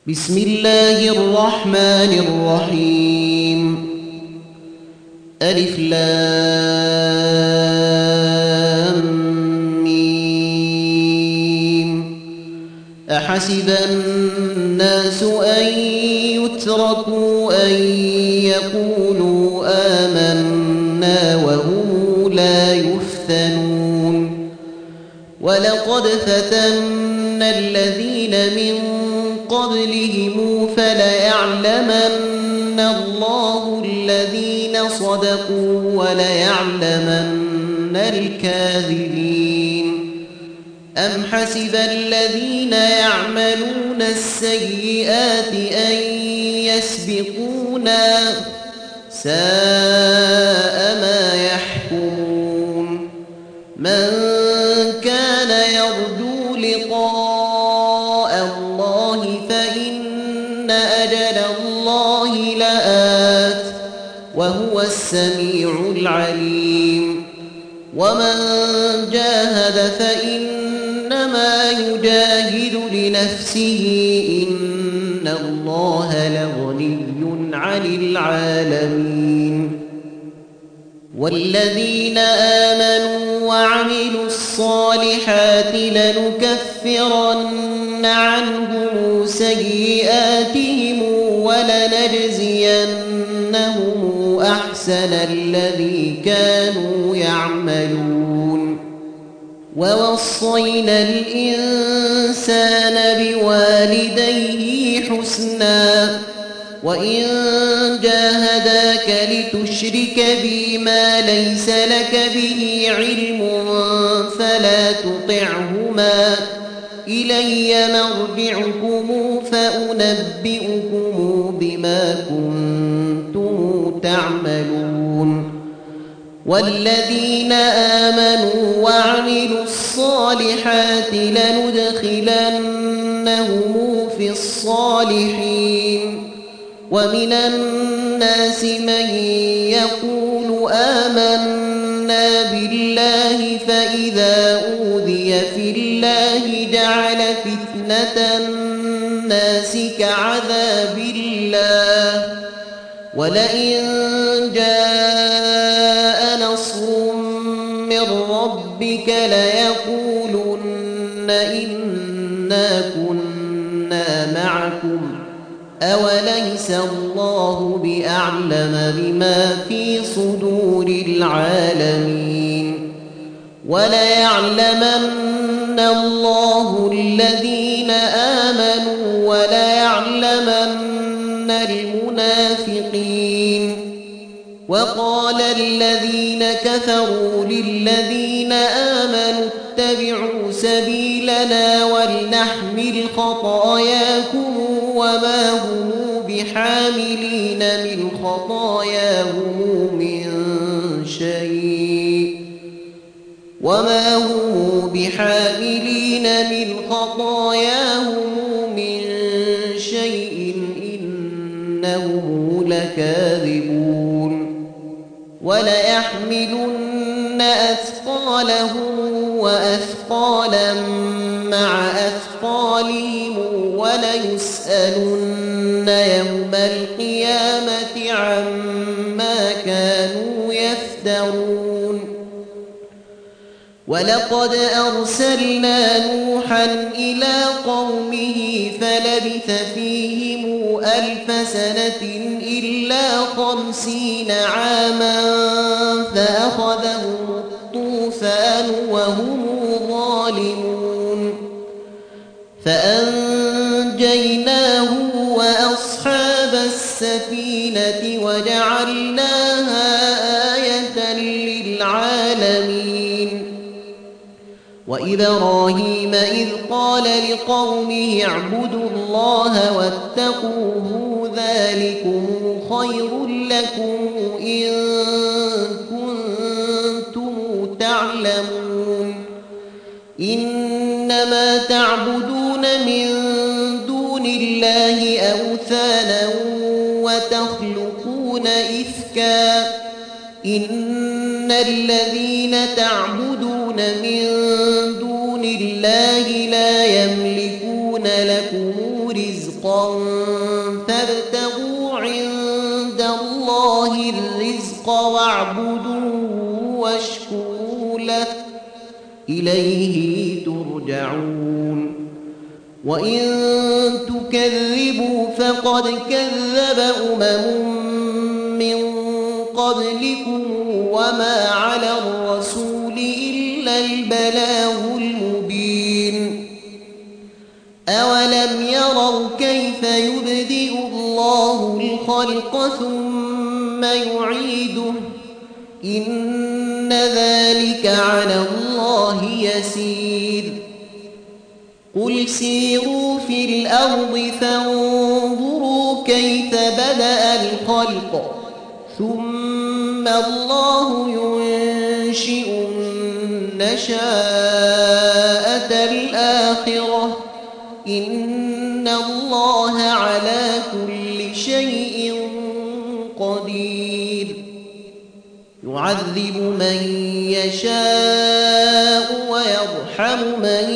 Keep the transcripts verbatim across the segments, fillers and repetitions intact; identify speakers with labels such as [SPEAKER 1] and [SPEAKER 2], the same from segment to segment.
[SPEAKER 1] بسم الله الرحمن الرحيم. ألف لام ميم. أحسب الناس أن يتركوا أن يقولوا آمنا وهم لا يفتنون. ولقد فتنا الذين من قبلهم فليعلمن الله الذين صدقوا وليعلمن الكاذبين. أم حسب الذين يعملون السيئات أن يسبقونا ساء ما يحكمون. من كان يرجو لقاء الله فإن أجل الله لآت وهو السميع العليم. ومن جاهد فإنما يجاهد لنفسه إن الله لغني عن العالمين. والذين آمنوا وعملوا الصالحات لنكفرن عنهم سيئاتهم ولنجزينهم أحسن الذي كانوا يعملون. ووصينا الإنسان بوالديه حسنا وإن جاهداك لتشرك بي ما ليس لك به علم فلا تطعهما إلي مرجعكم فأنبئكم بما كنتم تعملون. والذين آمنوا وعملوا الصالحات لندخلنهم في الصالحين. ومن الناس من يقول آمنا بالله فإذا أوذي في الله جعل فتنة الناس كعذاب الله ولئن جاء نصر من ربك ليقولن إنا كنا معكم أوليس الله بأعلم بما في صدور العالمين. وليعلمن الله الذين آمنوا وليعلمن المنافقين. وقال الذين كفروا للذين آمنوا اتبعوا سبيلنا ولنحمل خطاياكم وما هم بحاملين من خطاياهم من شيء وما هم بحاملين من خطاياهم من شيء إنهم لكاذبون. وليحملن أثقالهم وأثقالا مع أثقالهم وليسألن يوم القيامة عما كانوا يفترون. ولقد أرسلنا نوحا إلى قومه فلبث فيهم ألف سنة إلا خمسين عاما فأخذهم الطوفان وهم ظالمون فأنجيناه وأصحاب السفينة وجعلناها آية للعالمين. وإبراهيم إذ قال لقومه اعبدوا الله واتقوه ذلكم خير لكم إن كنتم تعلمون. إنما تعبدون من دون الله أوثانا وتخلقون إفكا إن الذين تعبدون من دون الله لا يملكون لكم رزقا رزقا فابتغوا عند الله الرزق واعبدوه واشكروا له إليه ترجعون وإن تكذبوا فقد كذب أمم من قبلكم وما على الرسول إلا البلاغ المبين أولم يروا كيف يبدئ الله الخلق ثم يعيده إن ذلك على الله يسير قل سيروا في الأرض فانظروا كيف بدأ الخلق ثم الله ينشئ النشاءة الآخرة إن الله على كل شيء قدير يعذب من يشاء ويرحم من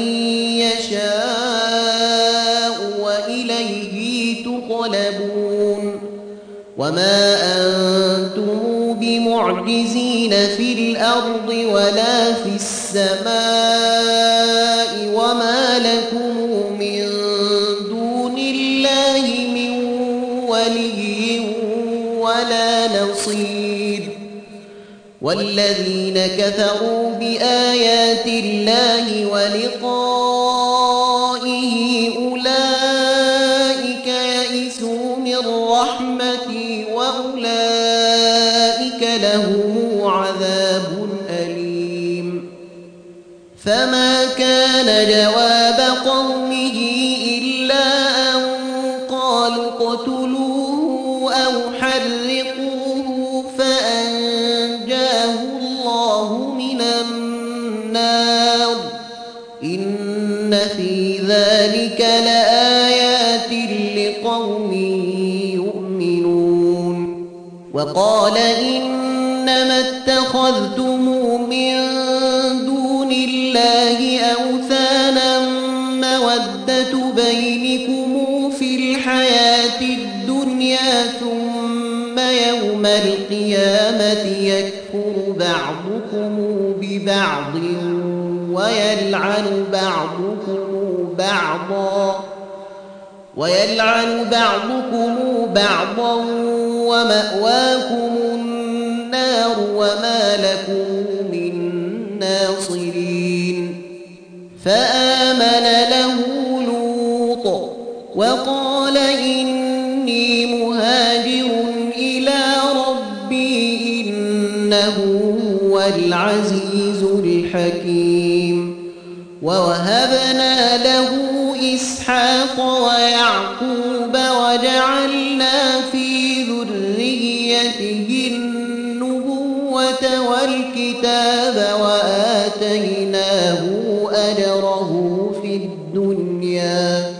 [SPEAKER 1] يشاء وإليه تقلبون وما أنتم بمعجزين في الأرض ولا في السماء وما لكم من دون الله من ولي ولا نصير والذين كفروا بآيات الله ولقائه أولئك يئسوا من رحمتي وأولئك لهم عذاب أليم فما كان جواب قومه إلا أن قالوا اقتلوه أو حرقوه فأنجاه الله من النار إن في ذلك لآيات لقوم يؤمنون وقال إنما اتخذتم من دون الله أوثانا مودة بينكم في الحياة الدنيا ثم يوم القيامة يكفر بعضكم ببعض ويلعن بعضكم بعضا ويلعن بعضكم بعضا ومأواكم النار وما لكم من ناصرين فآمن له لوط وقال إني مهاجر إلى ربي إنه هو العزيز الحكيم ووهبنا له إسحاق ويعقوب وجعلنا في ذريته النبوة والكتاب وآتيناه أجره في الدنيا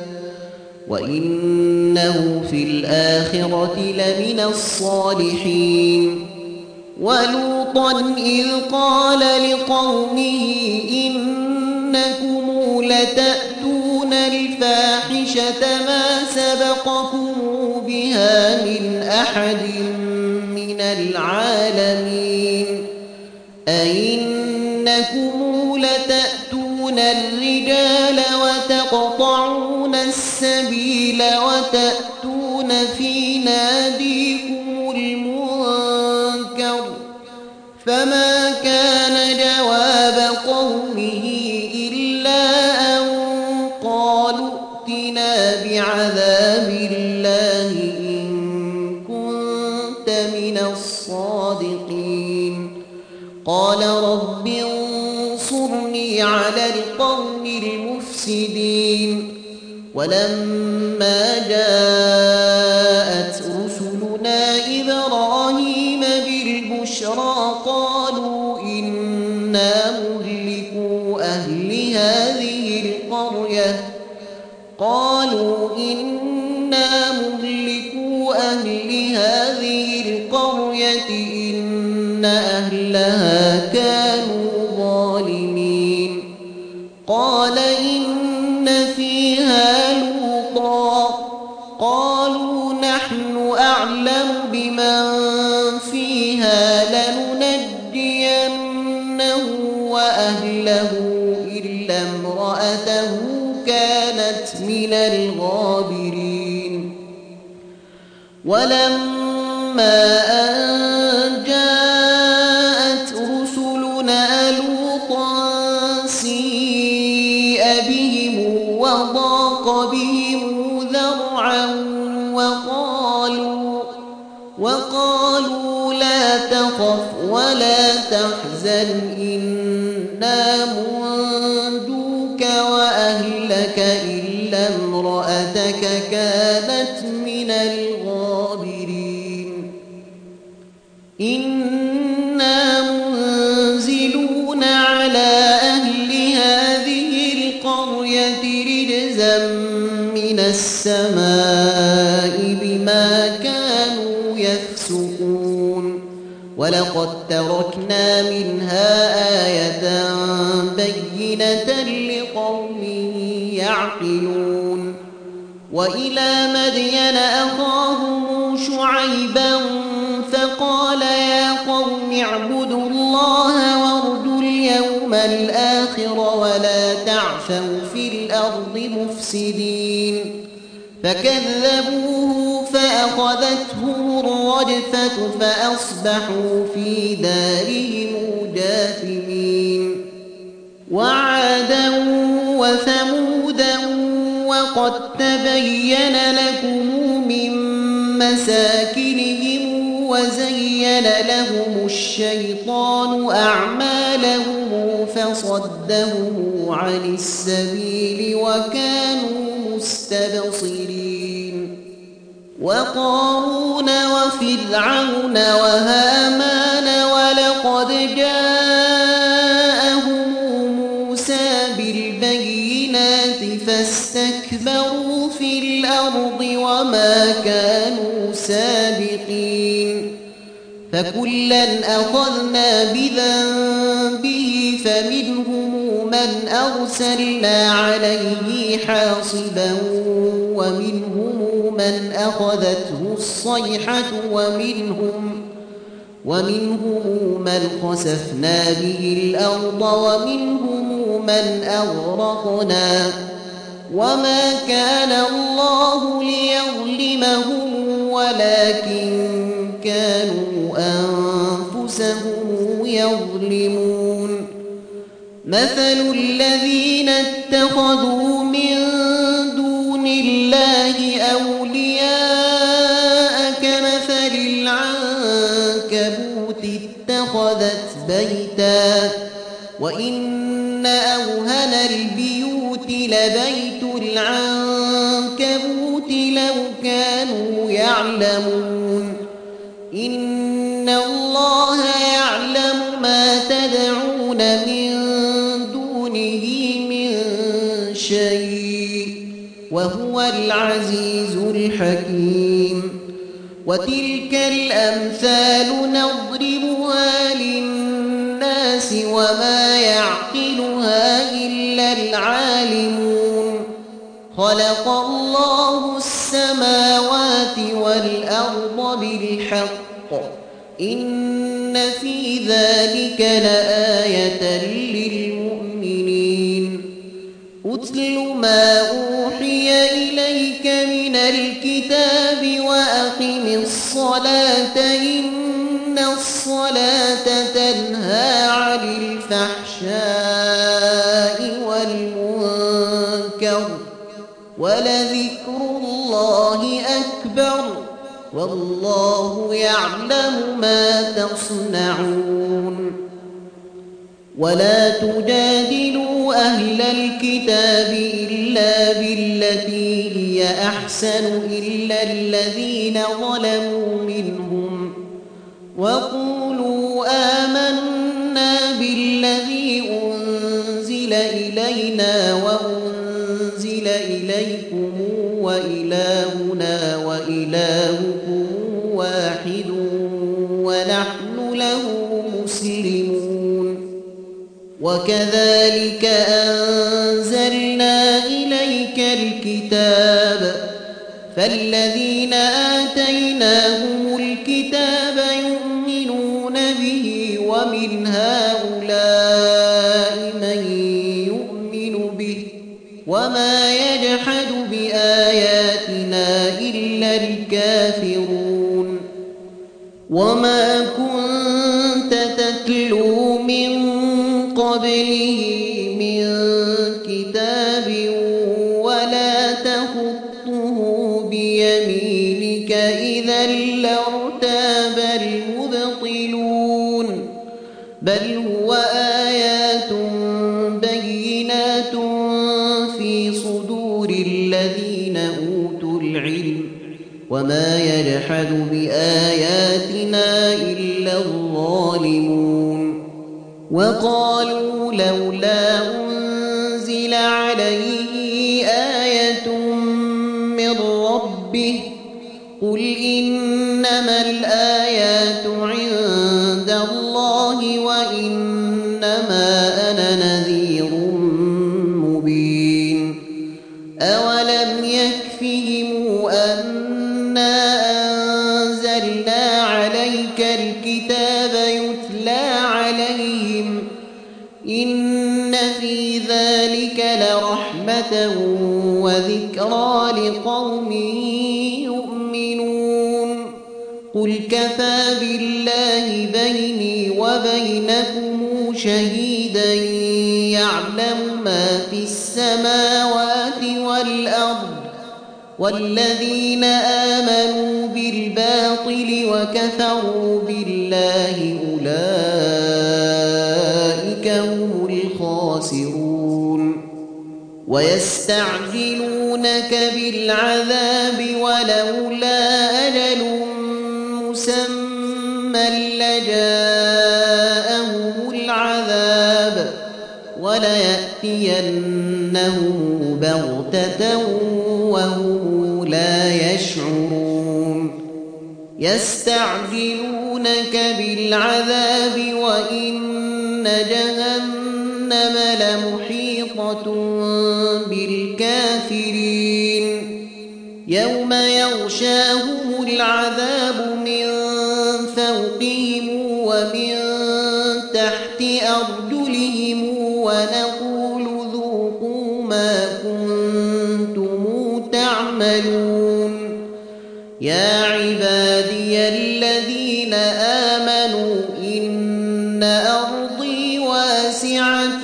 [SPEAKER 1] وإنه في الآخرة لمن الصالحين ولوطا إذ قال لقومه إنكم لتأتون الفاحشة ما سبقكم بها من أحد من العالمين أئنكم لتأتون الرجال وتقطعون السبيل وتأتون في ناديكم المنكر فما كان جواب قومه إلا أن قالوا ائتنا بعذاب الله إن كنت من الصادقين قال رب انصرني على القوم المفسدين ولما جاءت رسلنا إبراهيم بالبشرى قالوا إنا مهلكو أهل هذه القرية قالوا إنا مهلكو أهل هذه القرية إن أهلها كانوا ظالمين قال إن فيها لوطا قالوا نحن أعلم بمن فيها لننجينه وأهله إلا امرأته كانت من الغابرين ولما أن جاءت رسلنا لوطا سيء بهم وضاق بهم ذرعا وقالوا, وقالوا لا تخف ولا تحزن إنا منجوك وأهلك إلا امرأتك كانت من الغابرين إنا منزلون على أهل هذه القرية رجزا من السماء بما كانوا يفسقون ولقد تركنا منها آية بينة لقوم يعقلون وإلى مدين أخاهم شعيبا فقال يا قوم اعبدوا الله وارجوا اليوم الآخر ولا تعثوا في الأرض مفسدين فكذبوه فأخذتهم الرجفة فأصبحوا في دارهم جاثمين وعادا وثمودا وقد تبين لكم من مساكنهم وزين لهم الشيطان أعمالهم فصدهم عن السبيل وكانوا مستبصرين وقارون وفرعون وهامان ولقد جاءهم موسى بالبينات فاستكبروا في الأرض وما كانوا سابقين فكلا أخذنا بذنبه فمنهم من أرسلنا عليه حاصبا ومنهم من أخذته الصيحة ومنهم ومنهم من خسفنا به الأرض ومنهم من أغرقنا وما كان الله ليظلمهم ولكن كانوا أنفسهم يظلمون مثل الذين اتخذوا من دون الله أولياء كمثل العنكبوت اتخذت بيتا وإن أوهن البيوت لبيت العنكبوت لو كانوا يعلمون إن الله يعلم ما تدعون من دونه من شيء وهو العزيز الحكيم وتلك الأمثال نضربها للناس وما يعقلها إلا العالمون خلق الله السماوات والأرض بالحق إن في ذلك لآية للمؤمنين أتل ما أوحي إليك من الكتاب وأقم الصلاة إن الصلاة تنهى عن الفحشاء والمنكر ولذكر الله أكبر والله يعلم ما تصنعون ولا تجادلوا أهل الكتاب إلا بالتي هي أحسن إلا الذين ظلموا منهم وقولوا آمنا بالذي أنزل إلينا وأنزل إليكم وإلهنا وإلهكم واحد ونحن له مسلمون وكذلك أنزلنا إليك الكتاب فالذين آتيناهم الكتاب يؤمنون به ومن هؤلاء من يؤمن به وما يجحد بآياتنا إلا الكافرون وما كنت تتلو من قبله من كتاب ولا تخطه بيمينك إذا لارتاب المبطلون بل هو آيات بينات في صدور الذين أوتوا العلم وما يجحد بآياتنا إلا الظالمون وقالوا لولا أنزل عليه آية من ربه قل إنما الآيات عند الله وإنما أنا نذير مبين أولم يكفهم أنا أنزلنا عليك الكتاب يتلى عليهم إن في ذلك لرحمة وذكرى لقوم يؤمنون قل كفى بالله بيني وبينكم شهيدا يعلم ما في السماوات والأرض والذين آمنوا بالباطل وكفروا بالله أولئك هم الخاسرون ويستعجلونك بالعذاب ولولا أجل مسمى لجاءهم العذاب وليأتينهم بغتة وهم لا يشعرون يستعجلونك بالعذاب وإن جهنم لمحيطة بالكافرين يوم يغشاهم العذاب من فوقهم ومن تحت أرجلهم ونقول ذوقوا ما كنتم تعملون يا عبادي الذين آمنوا إن أرضي واسعة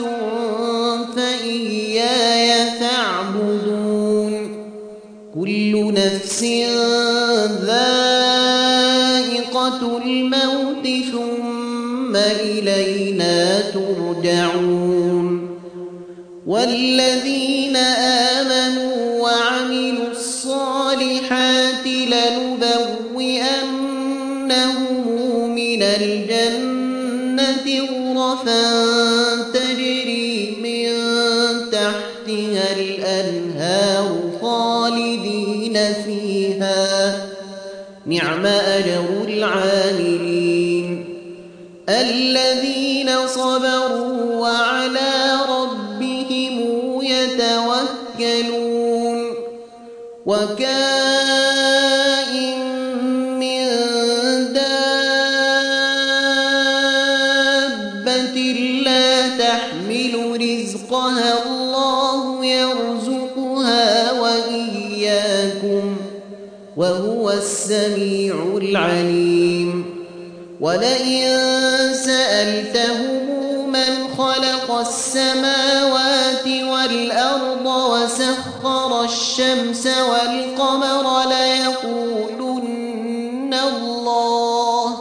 [SPEAKER 1] فإياي فاعبدون كل نفس ذائقة الموت ثم إلينا ترجعون والذين آمنوا وعملوا الصالحات لنبوئنهم من الجنة غرفا تجري من تحتها الأنهار خالدين فيها نعم أجر العاملين الذين صبروا وعلى ربهم يتوكلون وكائن من دابة لا تحمل رزقها الله يرزقها وإياكم وهو السميع العليم ولئن سألتهم من خلق السماوات والأرض وسخر الشمس والقمر ليقولن الله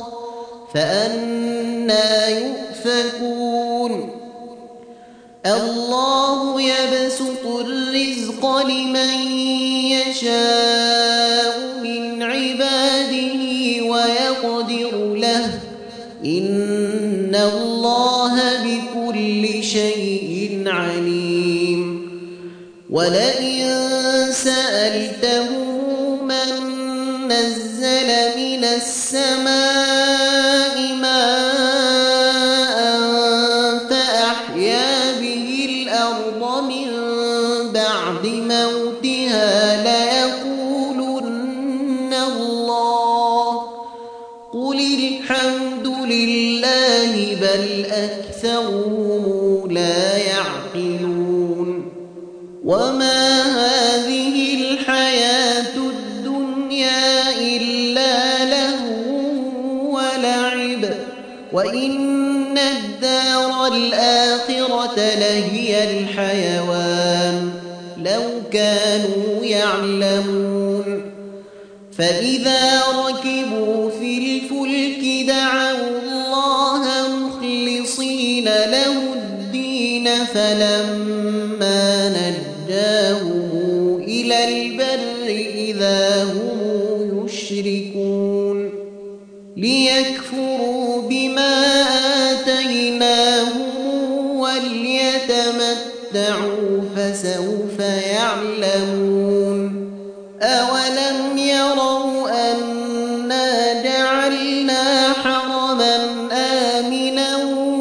[SPEAKER 1] فأنى يؤفكون الله يبسط الرزق لمن يشاء من عباده ويقدر له إن الله بكل شيء عليم ولئن سألتهم من نزل من السماء ماء فأحيا به الأرض من بعد موتها ليقولن وإن الدار الآخرة لهي الحيوان لو كانوا يعلمون فإذا ركبوا في الفلك دعوا الله مخلصين له الدين فلما نجاهم إلى البر إذا هم يشركون ليكفروا بما آتيناهم وليتمتعوا فسوف يعلمون أولم يروا أنا جعلنا حرما آمنا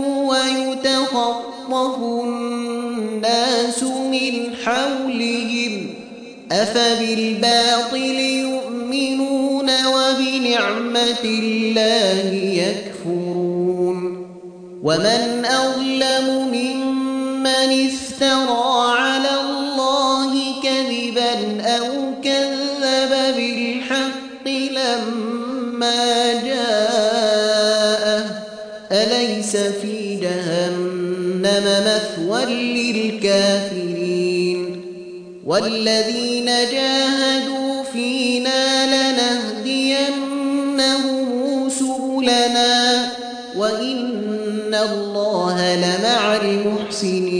[SPEAKER 1] ويتخطف الناس من حولهم أفبالباطل يؤمنون وبنعمة الله يكفرون ومن أظلم ممن افترى على الله كذبا أو كذب بالحق لما جاءه أليس في جهنم مثوى للكافرين والذين جاهدوا فينا لنهدينهم سبلنا وإن الله لمع المحسنين